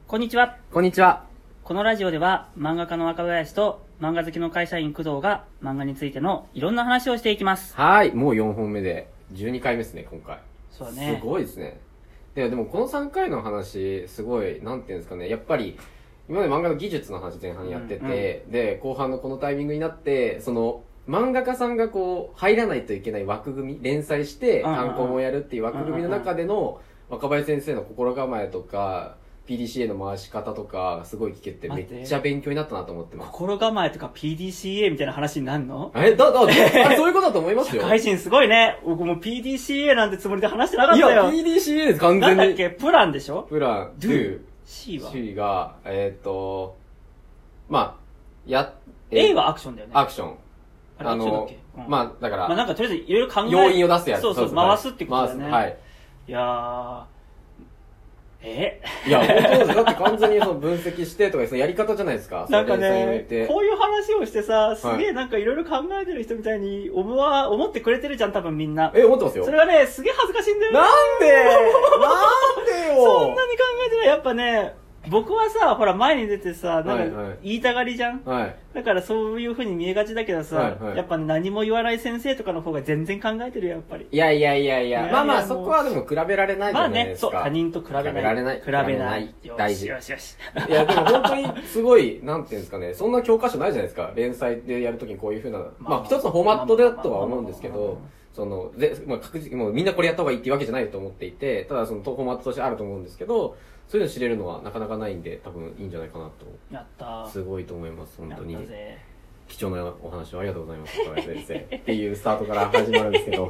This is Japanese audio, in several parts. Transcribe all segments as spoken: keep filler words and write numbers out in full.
こんにちは。 こんにちは。 このラジオでは漫画家の若林と漫画好きの会社員工藤が漫画についてのいろんな話をしていきます。 はい、もうよんほんめでじゅうにかいめですね、今回。 そうだね。 すごいですね。で、でもこのさんかいの話、すごい、なんていうんですかね、やっぱり、今まで漫画の技術の話前半やってて、うんうん、で、後半のこのタイミングになって、その、漫画家さんがこう、入らないといけない枠組み、連載して単行本をやるっていう枠組みの中での、若林先生の心構えとか、ピーディーシーエー の回し方とかすごい聞けてめっちゃ勉強になったなと思ってます。 心構えとか ピーディーシーエー みたいな話になるの？ え、だ、だ、あれそういうことだと思いますよ。 社会人すごいね。僕も ピーディーシーエー なんてつもりで話してなかったよ。 いや、ピーディーシーエー です、完全に。 なんだっけ、プランでしょ？ プラン、 ドゥ、C は C が、えーっと、まあ、や、 A はアクションだよね。 アクション。 あれ、アクションだっけ？うん、 まあ、だから、 まあなんかとりあえずいろいろ考え要因を出すやつ。 そうそう、回すってことだよね。 はい。 いやー、えいや、本当です。だって完全にその分析してとか、そのやり方じゃないですか。 なんかね、こういう話をしてさ、すげえなんかいろいろ考えてる人みたいに思わ、思ってくれてるじゃん、多分みんな。 え、思ってますよ。 それがね、すげえ恥ずかしいんだよね。 なんでなんでよそんなに考えてない。やっぱね、僕はさ、ほら前に出てさ、なんか言いたがりじゃん、はいはい、だからそういう風に見えがちだけどさ、はいはい、やっぱ、ね、何も言わない先生とかの方が全然考えてるよ、やっぱり。 いやいやいやいや、まあまあそこはでも比べられないじゃないですか。 まあね、そう、他人と比べない。 比べられない。 比べない。 大事。 よしよし。 いやでも本当にすごい、なんていうんですかね、そんな教科書ないじゃないですか。連載でやるときにこういう風な、まあ一つのフォーマットだとは思うんですけど、その、で、まあ確実にもうみんなこれやった方がいいっていうわけじゃないと思っていて、ただそのフォーマットとしてあると思うんですけど、そういうの知れるのはなかなかないんで、多分いいんじゃないかなと。 やったー。 すごいと思います、本当に。 やったぜ。 貴重なお話をありがとうございます、若林先生。っていうスタートから始まるんですけど。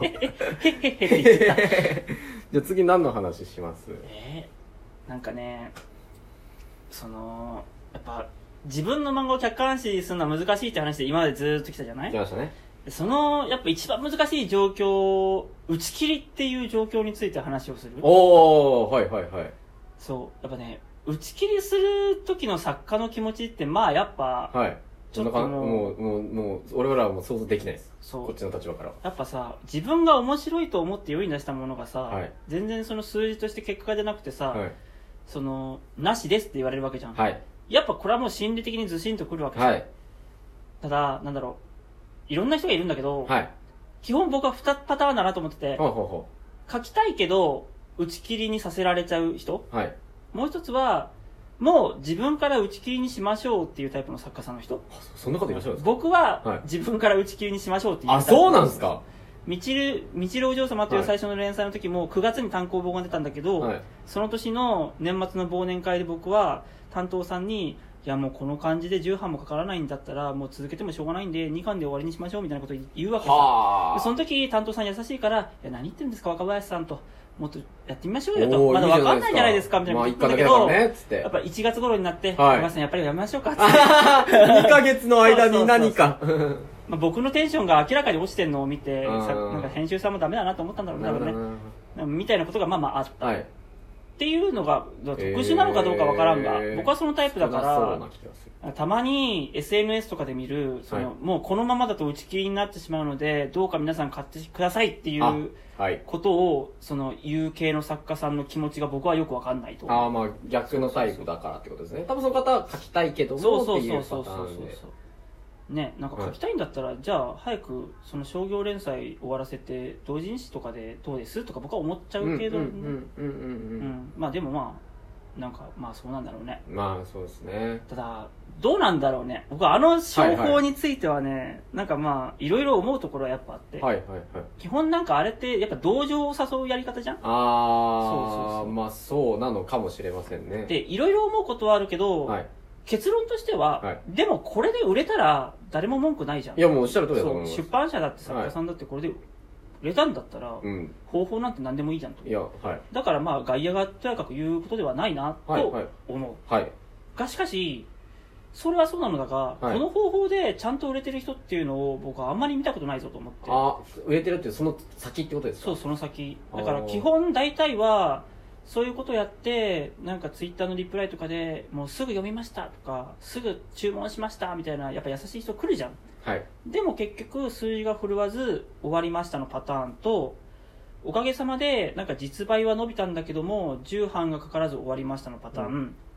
じゃあ次何の話します？ えー、なんかね、その、やっぱ、自分の漫画を客観視するのは難しいって話で今までずっと来たじゃない？ 来ましたね。 その、やっぱ一番難しい状況、打ち切りっていう状況について話をする。 おー、はいはいはい。 そう、やっぱね、打ち切りする時の作家の気持ちって、まあやっぱ、 はい。ちょっともう、もう、もう、俺らはもう想像できないです。そう。こっちの立場からは。 やっぱさ、自分が面白いと思って世に出したものがさ、 はい、 全然その数字として結果が出なくてさ、はい、その、なしですって言われるわけじゃん。 はい。 やっぱこれはもう心理的にずしんとくるわけじゃん。はい。ただ、なんだろう。いろんな人がいるんだけど、はい、基本僕はにパターンだなと思ってて、 ほうほうほう書きたいけど打ち切りにさせられちゃう人、 はい、 もう一つはもう自分から打ち切りにしましょうっていうタイプの作家さんの人。 そんな方いらっしゃるんですか？僕は自分から打ち切りにしましょうっていう、 はい、あ、そうなんですか。 みちる、みちるお嬢様という最初の連載の時もくがつに単行本が出たんだけど、はい、その年の年末の忘年会で僕は担当さんに、いやもうこの感じでじゅうはんもかからないんだったらもう続けてもしょうがないんでにかんで終わりにしましょうみたいなことを言うわけですよ。その時担当さん優しいから、いや何言ってるんですか若林さんと、もっとやってみましょうよと、まだ分かんないじゃないですかみたいなこと言ったんだけど、 ね、つってやっぱいちがつ頃になって、 はい、 若林さんやっぱりやめましょうかってにかげつの間に何かまあ僕のテンションが明らかに落ちてるのを見て、なんか編集さんもダメだなと思ったんだろうね、多分ね、みたいなことがまあまああった、はい、っていうのが特殊なのかどうかわからんが、えー、僕はそのタイプだからたまに エスエヌエス とかで見るその、はい、もうこのままだと打ち切りになってしまうのでどうか皆さん買ってくださいっていうことをその言う系の作家さんの気持ちが僕はよくわかんないと思う。 ああ、まあ逆のタイプだからってことですね。多分その方は書きたいけどもっていうパターンでね、なんか書きたいんだったら、はい、じゃあ早くその商業連載終わらせて同人誌とかでどうですとか僕は思っちゃうけど、まあでもまあなんかまあそうなんだろうね。 まあそうですね。 ただどうなんだろうね。僕はあの商法についてはね、はいはい、なんかまあいろいろ思うところはやっぱあって、はいはいはい、基本なんかあれってやっぱ同情を誘うやり方じゃん。ああ、そうそうそう、まあそうなのかもしれませんね。 でいろいろ思うことはあるけど、はい、結論としては、はい、でもこれで売れたら誰も文句ないじゃん。 いやもうおっしゃる通りだと思います。 出版社だって作家さんだってこれで売れたんだったら、はい、方法なんて何でもいいじゃんと。 いや、はい、 だからまあ外野がとやかく言うことではないなと思う、はいはい、がしかしそれはそうなのだが、はい、この方法でちゃんと売れてる人っていうのを僕はあんまり見たことないぞと思って。 あ、売れてるってその先ってことですか？ そう、その先だから基本大体はそういうことやってなんかツイッターのリプライとかでもうすぐ読みましたとかすぐ注文しましたみたいなやっぱ優しい人来るじゃん、はい、でも結局数字が振るわず終わりましたのパターンと、おかげさまでなんか実売は伸びたんだけどもじゅうはんがかからず終わりましたのパターン、うん、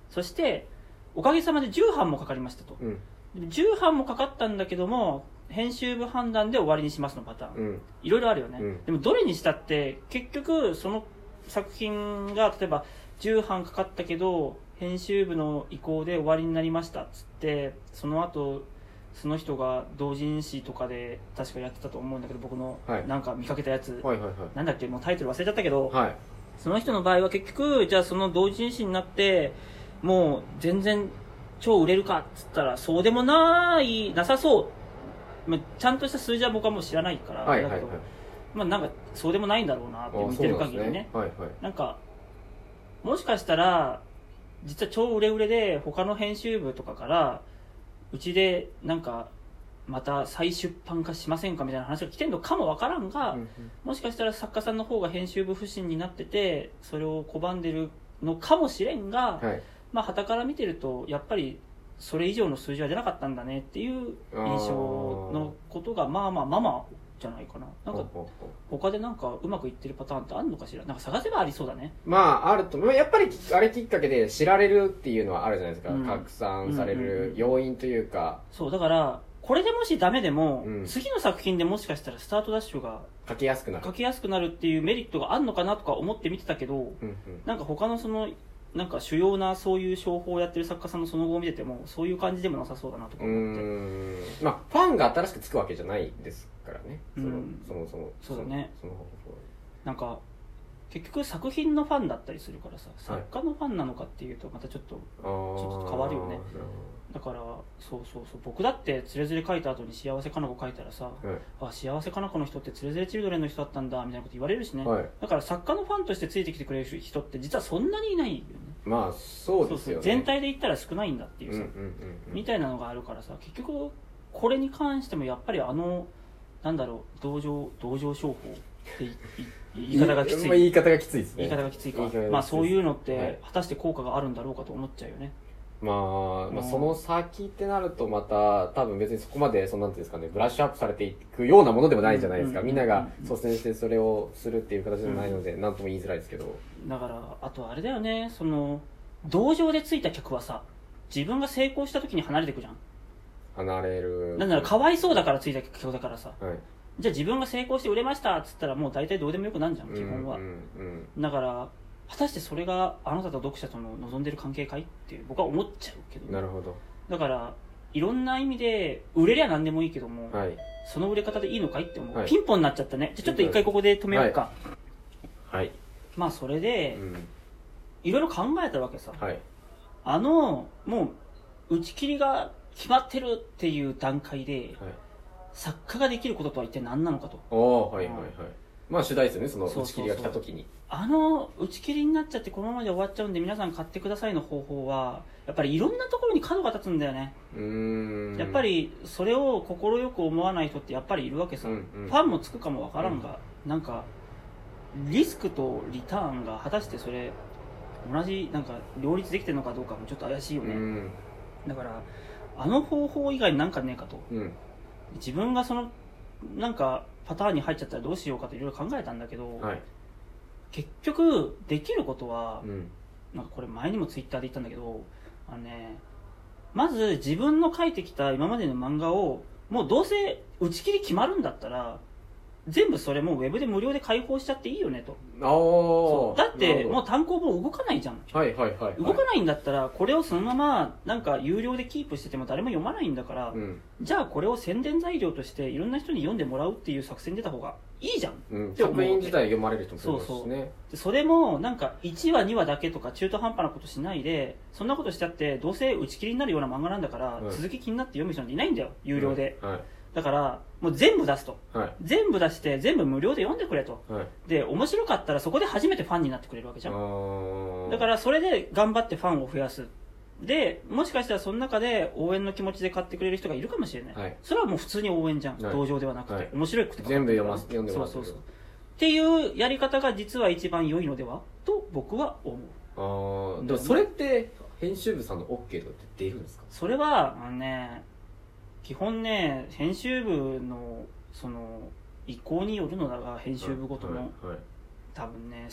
そしておかげさまでじゅうはんもかかりましたと、うん、じゅうはんもかかったんだけども編集部判断で終わりにしますのパターン、うん、いろいろあるよね、うん、でもどれにしたって結局その作品が例えばじゅうはんかかったけど編集部の意向で終わりになりましたっつってその後その人が同人誌とかで確かやってたと思うんだけど僕のなんか見かけたやつ、はいはいはいはい、なんだっけもうタイトル忘れちゃったけど、はい、その人の場合は結局じゃあその同人誌になってもう全然超売れるかっつったらそうでもないなさそう、まあ、ちゃんとした数字は僕はもう知らないから、はいはいはい、だけどまあなんかそうでもないんだろうなって見てる限りね、ねはいはい、なんかもしかしたら実は超売れ売れで他の編集部とかからうちでなんかまた再出版化しませんかみたいな話が来てんのかもわからんが、うんうん、もしかしたら作家さんの方が編集部不信になっててそれを拒んでるのかもしれんが、はい、まあ傍から見てるとやっぱりそれ以上の数字は出なかったんだねっていう印象のことがまあまあまあまあじゃないかな。なんか他でなんかうまくいってるパターンってあるのかしら。なんか探せばありそうだね。 まああるとやっぱりあれきっかけで知られるっていうのはあるじゃないですか、うん、拡散される要因というか、うんうんうん、 そうだからこれでもしダメでも、うん、次の作品でもしかしたらスタートダッシュが書きやすくなる書きやすくなるっていうメリットがあるのかなとか思って見てたけど、うんうん、なんか他のそのなんか主要なそういう商法をやってる作家さんのその後を見ててもそういう感じでもなさそうだなとか思って、うーんまあファンが新しくつくわけじゃないですからね、うん、そのそもそもそうだね。そのなんか結局作品のファンだったりするからさ作家のファンなのかっていうとまたちょっと、はい、ちょっと変わるよね。だからそうそうそう僕だってつれづれ書いた後に幸せかな子書いたらさ、はい、あ幸せかな子の人ってつれづれチルドレンの人だったんだみたいなこと言われるしね、はい、だから作家のファンとしてついてきてくれる人って実はそんなにいないよね。 まあそうですよね。そうそう全体で言ったら少ないんだっていうさ、うんうんうんうん、みたいなのがあるからさ結局これに関してもやっぱりあのなんだろう同情同情商法って言い方がきつい言い方がきついですね。 言い方がきついかまあそういうのって果たして効果があるんだろうかと思っちゃうよね。 まあ、まあ、その先ってなるとまた多分別にそこまでそのなんていうんですかねブラッシュアップされていくようなものでもないじゃないですか、うんうんうんうん、みんなが率先してそれをするっていう形でもないので何、うん、とも言いづらいですけどだからあとあれだよねその同情でついた客はさ自分が成功した時に離れていくじゃん。 離れるなんならかわいそうだからついた客だからさ、はい、じゃあ自分が成功して売れましたっつったらもう大体どうでもよくなるじゃん基本は、うんうんうん、だから果たしてそれがあなたと読者との望んでる関係かいっていう僕は思っちゃうけど、 なるほど。 だからいろんな意味で売れりゃ何でもいいけども、はい、その売れ方でいいのかいって思う、はい、ピンポンになっちゃったね。じゃあちょっと一回ここで止めようか。はい、はい、まあそれで、うん、いろいろ考えたわけさ、はい、あのもう打ち切りが決まってるっていう段階で、はい、作家ができることとは一体何なのかと。 おーはいはいはい、まあ主題ですよねその打ち切りが来た時に。 あの打ち切りになっちゃってこのままで終わっちゃうんで皆さん買ってくださいの方法はやっぱりいろんなところに角が立つんだよね。うーんやっぱりそれを快く思わない人ってやっぱりいるわけさ、うんうん、ファンもつくかもわからんが、うん、なんかリスクとリターンが果たしてそれ同じなんか両立できてるのかどうかもちょっと怪しいよね。うんだからあの方法以外なんかねえかと、うん、自分がそのなんかパターンに入っちゃったらどうしようかといろいろ考えたんだけど、はい、結局できることは、うん、なんかこれ前にもツイッターで言ったんだけどあのねまず自分の書いてきた今までの漫画をもうどうせ打ち切り決まるんだったら全部それもうウェブで無料で開放しちゃっていいよねと。あそうだってもう単行本動かないじゃん、はいはいはいはい、動かないんだったらこれをそのままなんか有料でキープしてても誰も読まないんだから、うん、じゃあこれを宣伝材料としていろんな人に読んでもらうっていう作戦出た方がいいじゃん、うん、 作品自体読まれる人もいますしね。そうそうでそれもなんかいちわにわだけとか中途半端なことしないでそんなことしちゃってどうせ打ち切りになるような漫画なんだから、うん、続き気になって読む人なんていないんだよ有料で、うんはいだからもう全部出すと、はい、全部出して全部無料で読んでくれと、はい、で面白かったらそこで初めてファンになってくれるわけじゃん。だからそれで頑張ってファンを増やす。でもしかしたらその中で応援の気持ちで買ってくれる人がいるかもしれない、はい、それはもう普通に応援じゃん、はい、同情ではなくて、はい、面白くて全部読ま読んでもらってる。 そうそうそうっていうやり方が実は一番良いのではと僕は思う。 あでもそれって編集部さんの OK とかって出るんですか？ それはあのね基本ね編集部のその意向によるのだが編集部ごとの、はいはいはい、多分ね設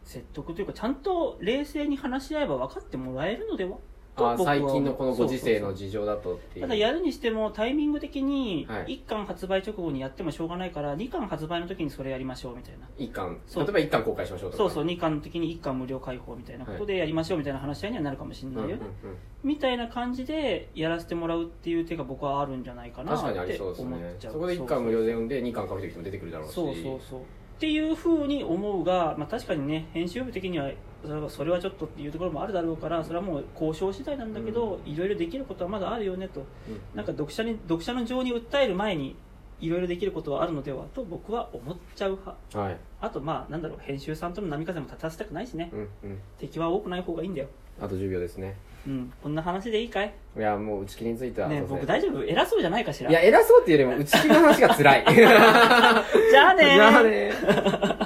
説得というかちゃんと冷静に話し合えば分かってもらえるのではあ最近のこのご時世の事情だとっていう。 ただやるにしてもタイミング的にいっかん発売直後にやってもしょうがないからにかん発売の時にそれやりましょうみたいな。 いっかん例えばいっかん公開しましょうとか。 そうそうにかんの時にいっかん無料開放みたいなことでやりましょうみたいな話し合いにはなるかもしれないよね、うんうんうん、みたいな感じでやらせてもらうっていう手が僕はあるんじゃないかなって思っちゃう。確かにありそうですね。 そこでいっかん無料で読んでにかん買う人も出てくるだろうし。 そうそうそうっていうふうに思うが、まあ、確かにね編集部的にはそれはちょっとっていうところもあるだろうからそれはもう交渉次第なんだけど、いろいろできることはまだあるよねと、うん、なんか読者に読者の情に訴える前にいろいろできることはあるのではと僕は思っちゃう派、はい、あとまあなんだろう編集さんとの波風も立たせたくないしね、うんうん、敵は多くない方がいいんだよ。 あとじゅうびょうですね。 うん、こんな話でいいかい？ いやもう打ち切りについてはね僕大丈夫？偉そうじゃないかしら。 いや偉そうっていうよりも打ち切りの話が辛い。 じゃあねー。 じゃあねー。